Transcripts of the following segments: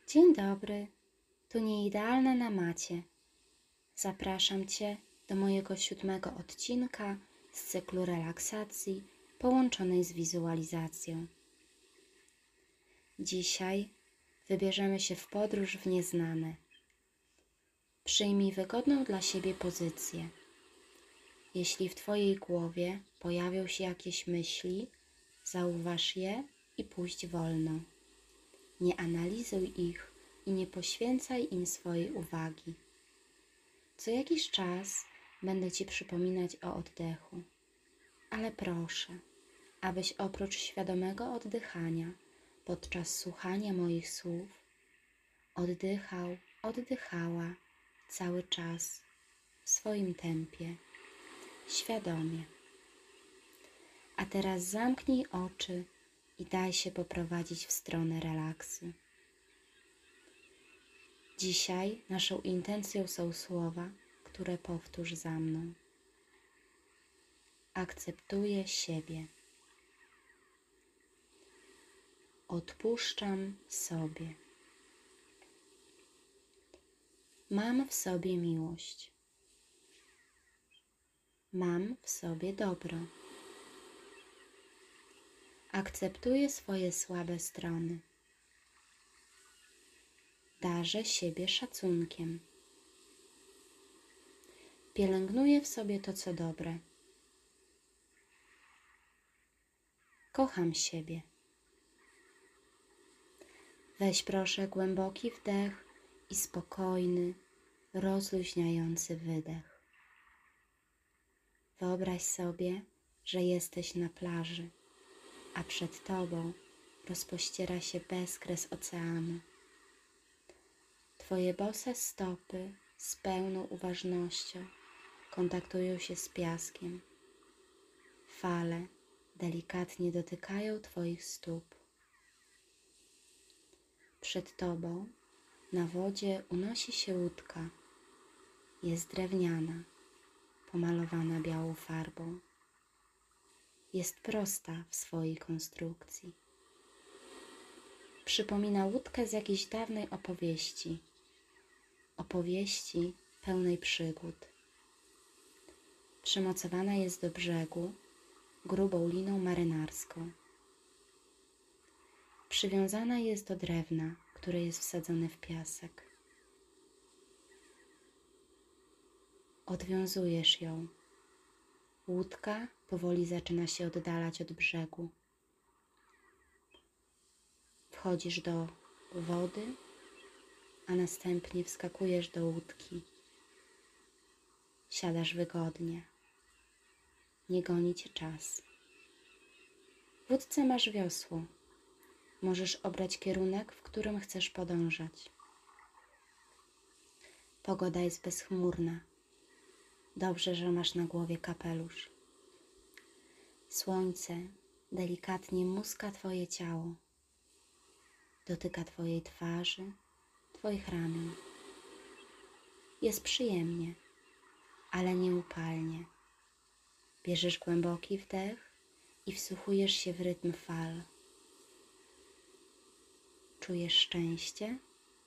Dzień dobry, tu Nieidealna na macie. Zapraszam Cię do mojego 7. odcinka z cyklu relaksacji połączonej z wizualizacją. Dzisiaj wybierzemy się w podróż w nieznane. Przyjmij wygodną dla siebie pozycję. Jeśli w Twojej głowie pojawią się jakieś myśli, zauważ je i puść wolno. Nie analizuj ich i nie poświęcaj im swojej uwagi. Co jakiś czas będę Ci przypominać o oddechu, ale proszę, abyś oprócz świadomego oddychania podczas słuchania moich słów oddychał, oddychała cały czas w swoim tempie, świadomie. A teraz zamknij oczy i daj się poprowadzić w stronę relaksu. Dzisiaj naszą intencją są słowa, które powtórz za mną. Akceptuję siebie. Odpuszczam sobie. Mam w sobie miłość. Mam w sobie dobro. Akceptuję swoje słabe strony. Darzę siebie szacunkiem. Pielęgnuję w sobie to, co dobre. Kocham siebie. Weź proszę głęboki wdech i spokojny, rozluźniający wydech. Wyobraź sobie, że jesteś na plaży, a przed Tobą rozpościera się bezkres oceanu. Twoje bose stopy z pełną uważnością kontaktują się z piaskiem. Fale delikatnie dotykają Twoich stóp. Przed Tobą na wodzie unosi się łódka. Jest drewniana, pomalowana białą farbą. Jest prosta w swojej konstrukcji. Przypomina łódkę z jakiejś dawnej opowieści. Opowieści pełnej przygód. Przymocowana jest do brzegu grubą liną marynarską. Przywiązana jest do drewna, które jest wsadzone w piasek. Odwiązujesz ją. Łódka powoli zaczyna się oddalać od brzegu. Wchodzisz do wody, a następnie wskakujesz do łódki. Siadasz wygodnie. Nie goni Cię czas. W łódce masz wiosło. Możesz obrać kierunek, w którym chcesz podążać. Pogoda jest bezchmurna. Dobrze, że masz na głowie kapelusz. Słońce delikatnie muska Twoje ciało. Dotyka Twojej twarzy, Twoich ramion. Jest przyjemnie, ale nie upalnie. Bierzesz głęboki wdech i wsłuchujesz się w rytm fal. Czujesz szczęście?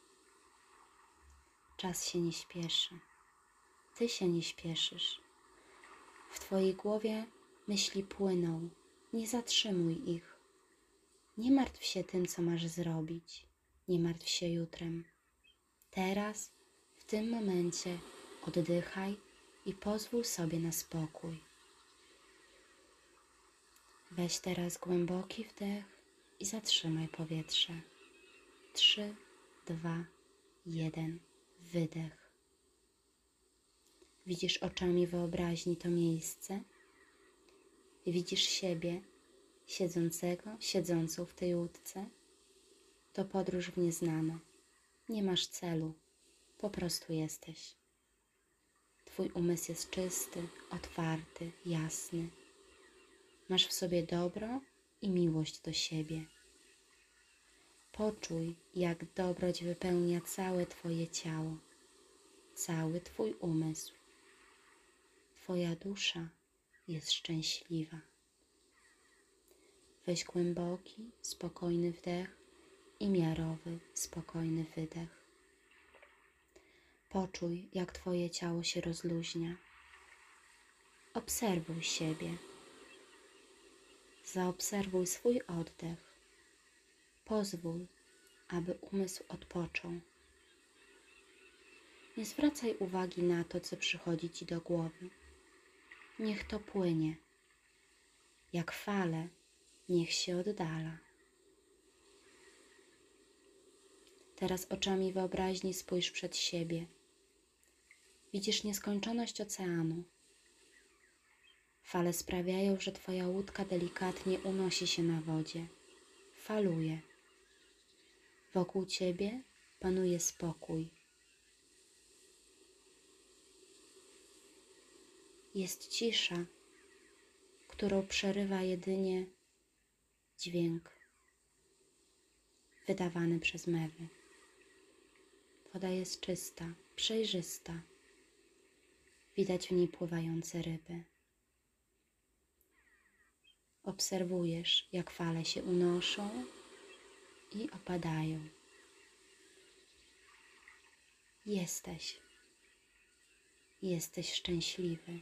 Czas się nie śpieszy. Ty się nie śpieszysz. W Twojej głowie myśli płyną. Nie zatrzymuj ich. Nie martw się tym, co masz zrobić. Nie martw się jutrem. Teraz, w tym momencie, oddychaj i pozwól sobie na spokój. Weź teraz głęboki wdech i zatrzymaj powietrze. 3, 2, 1. Wydech. Widzisz oczami wyobraźni to miejsce. Widzisz siebie siedzącą w tej łódce. To podróż w nieznane. Nie masz celu. Po prostu jesteś. Twój umysł jest czysty, otwarty, jasny. Masz w sobie dobro i miłość do siebie. Poczuj, jak dobroć wypełnia całe Twoje ciało, cały Twój umysł. Twoja dusza jest szczęśliwa. Weź głęboki, spokojny wdech i miarowy, spokojny wydech. Poczuj, jak Twoje ciało się rozluźnia. Obserwuj siebie. Zaobserwuj swój oddech. Pozwól, aby umysł odpoczął. Nie zwracaj uwagi na to, co przychodzi Ci do głowy. Niech to płynie. Jak fale, niech się oddala. Teraz oczami wyobraźni spójrz przed siebie. Widzisz nieskończoność oceanu. Fale sprawiają, że Twoja łódka delikatnie unosi się na wodzie. Faluje. Wokół Ciebie panuje spokój. Jest cisza, którą przerywa jedynie dźwięk wydawany przez mewy. Woda jest czysta, przejrzysta. Widać w niej pływające ryby. Obserwujesz, jak fale się unoszą i opadają. Jesteś szczęśliwy.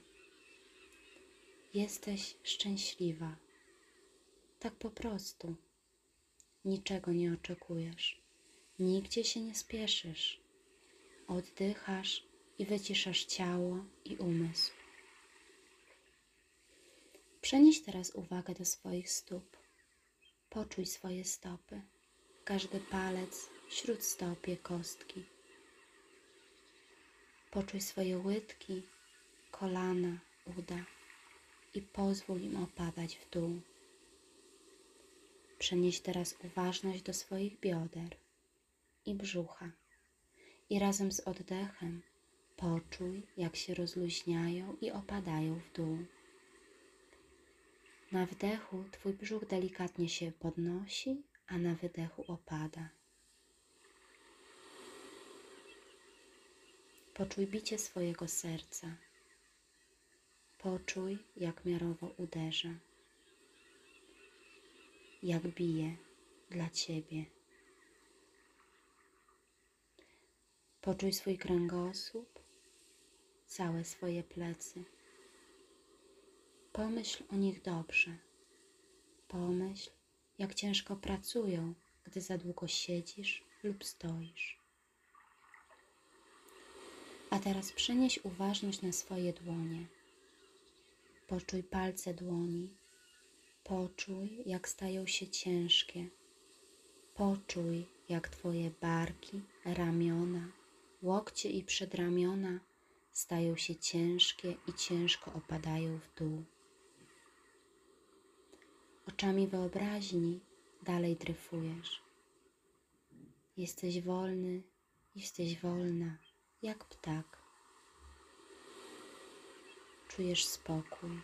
Jesteś szczęśliwa. Tak po prostu. Niczego nie oczekujesz. Nigdzie się nie spieszysz. Oddychasz i wyciszasz ciało i umysł. Przenieś teraz uwagę do swoich stóp. Poczuj swoje stopy. Każdy palec, śródstopie, kostki. Poczuj swoje łydki, kolana, uda i pozwól im opadać w dół. Przenieś teraz uważność do swoich bioder i brzucha i razem z oddechem poczuj, jak się rozluźniają i opadają w dół. Na wdechu Twój brzuch delikatnie się podnosi, a na wydechu opada. Poczuj bicie swojego serca. Poczuj, jak miarowo uderza. Jak bije dla Ciebie. Poczuj swój kręgosłup, całe swoje plecy. Pomyśl o nich dobrze. Pomyśl, jak ciężko pracują, gdy za długo siedzisz lub stoisz. A teraz przenieś uważność na swoje dłonie. Poczuj palce dłoni. Poczuj, jak stają się ciężkie. Poczuj, jak Twoje barki, ramiona, łokcie i przedramiona stają się ciężkie i ciężko opadają w dół. Oczami wyobraźni dalej dryfujesz. Jesteś wolny, jesteś wolna, jak ptak. Czujesz spokój.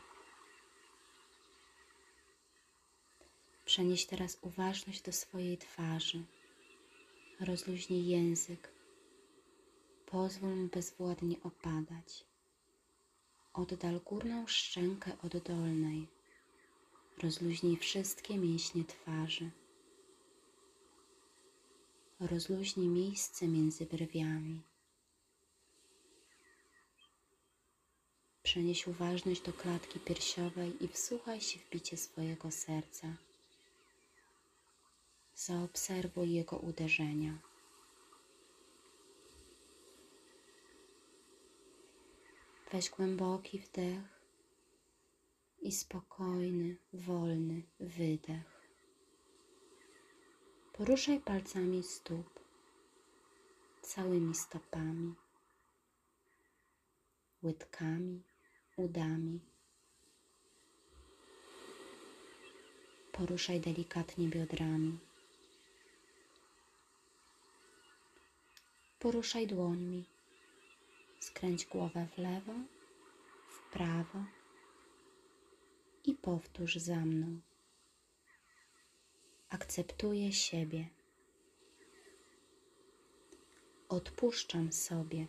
Przenieś teraz uważność do swojej twarzy. Rozluźnij język. Pozwól mu bezwładnie opadać. Oddal górną szczękę od dolnej. Rozluźnij wszystkie mięśnie twarzy. Rozluźnij miejsce między brwiami. Przenieś uważność do klatki piersiowej i wsłuchaj się w bicie swojego serca. Zaobserwuj jego uderzenia. Weź głęboki wdech i spokojny, wolny wydech. Poruszaj palcami stóp, całymi stopami, łydkami, udami. Poruszaj delikatnie biodrami. Poruszaj dłońmi. Skręć głowę w lewo, w prawo i powtórz za mną. Akceptuję siebie. Odpuszczam sobie.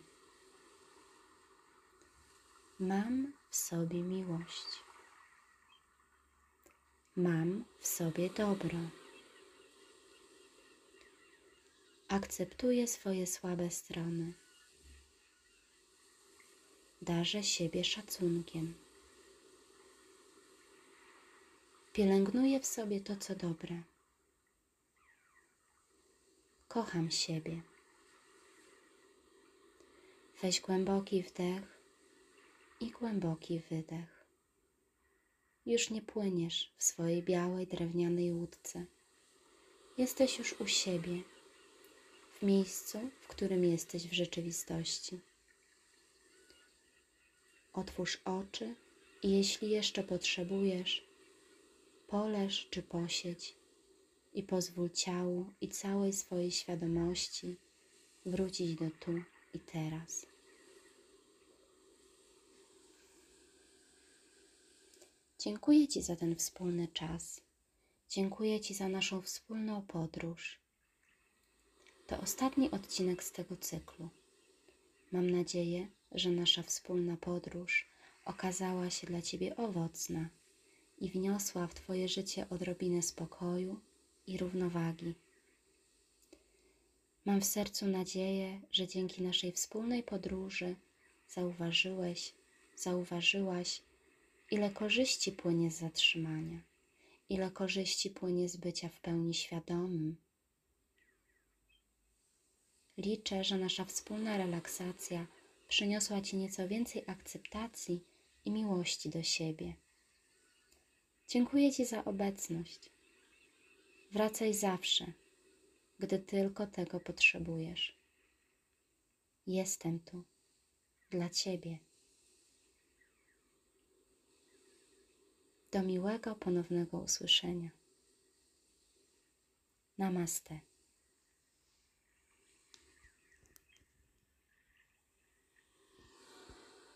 Mam w sobie miłość. Mam w sobie dobro. Akceptuję swoje słabe strony. Darzę siebie szacunkiem. Pielęgnuję w sobie to, co dobre. Kocham siebie. Weź głęboki wdech i głęboki wydech. Już nie płyniesz w swojej białej, drewnianej łódce. Jesteś już u siebie, w miejscu, w którym jesteś w rzeczywistości. Otwórz oczy i jeśli jeszcze potrzebujesz, poleż czy posiedź i pozwól ciału i całej swojej świadomości wrócić do tu i teraz. Dziękuję Ci za ten wspólny czas. Dziękuję Ci za naszą wspólną podróż. To ostatni odcinek z tego cyklu. Mam nadzieję, że nasza wspólna podróż okazała się dla Ciebie owocna i wniosła w Twoje życie odrobinę spokoju i równowagi. Mam w sercu nadzieję, że dzięki naszej wspólnej podróży zauważyłaś, ile korzyści płynie z zatrzymania, ile korzyści płynie z bycia w pełni świadomym. Liczę, że nasza wspólna relaksacja przyniosła Ci nieco więcej akceptacji i miłości do siebie. Dziękuję Ci za obecność. Wracaj zawsze, gdy tylko tego potrzebujesz. Jestem tu dla Ciebie. Do miłego ponownego usłyszenia. Namaste.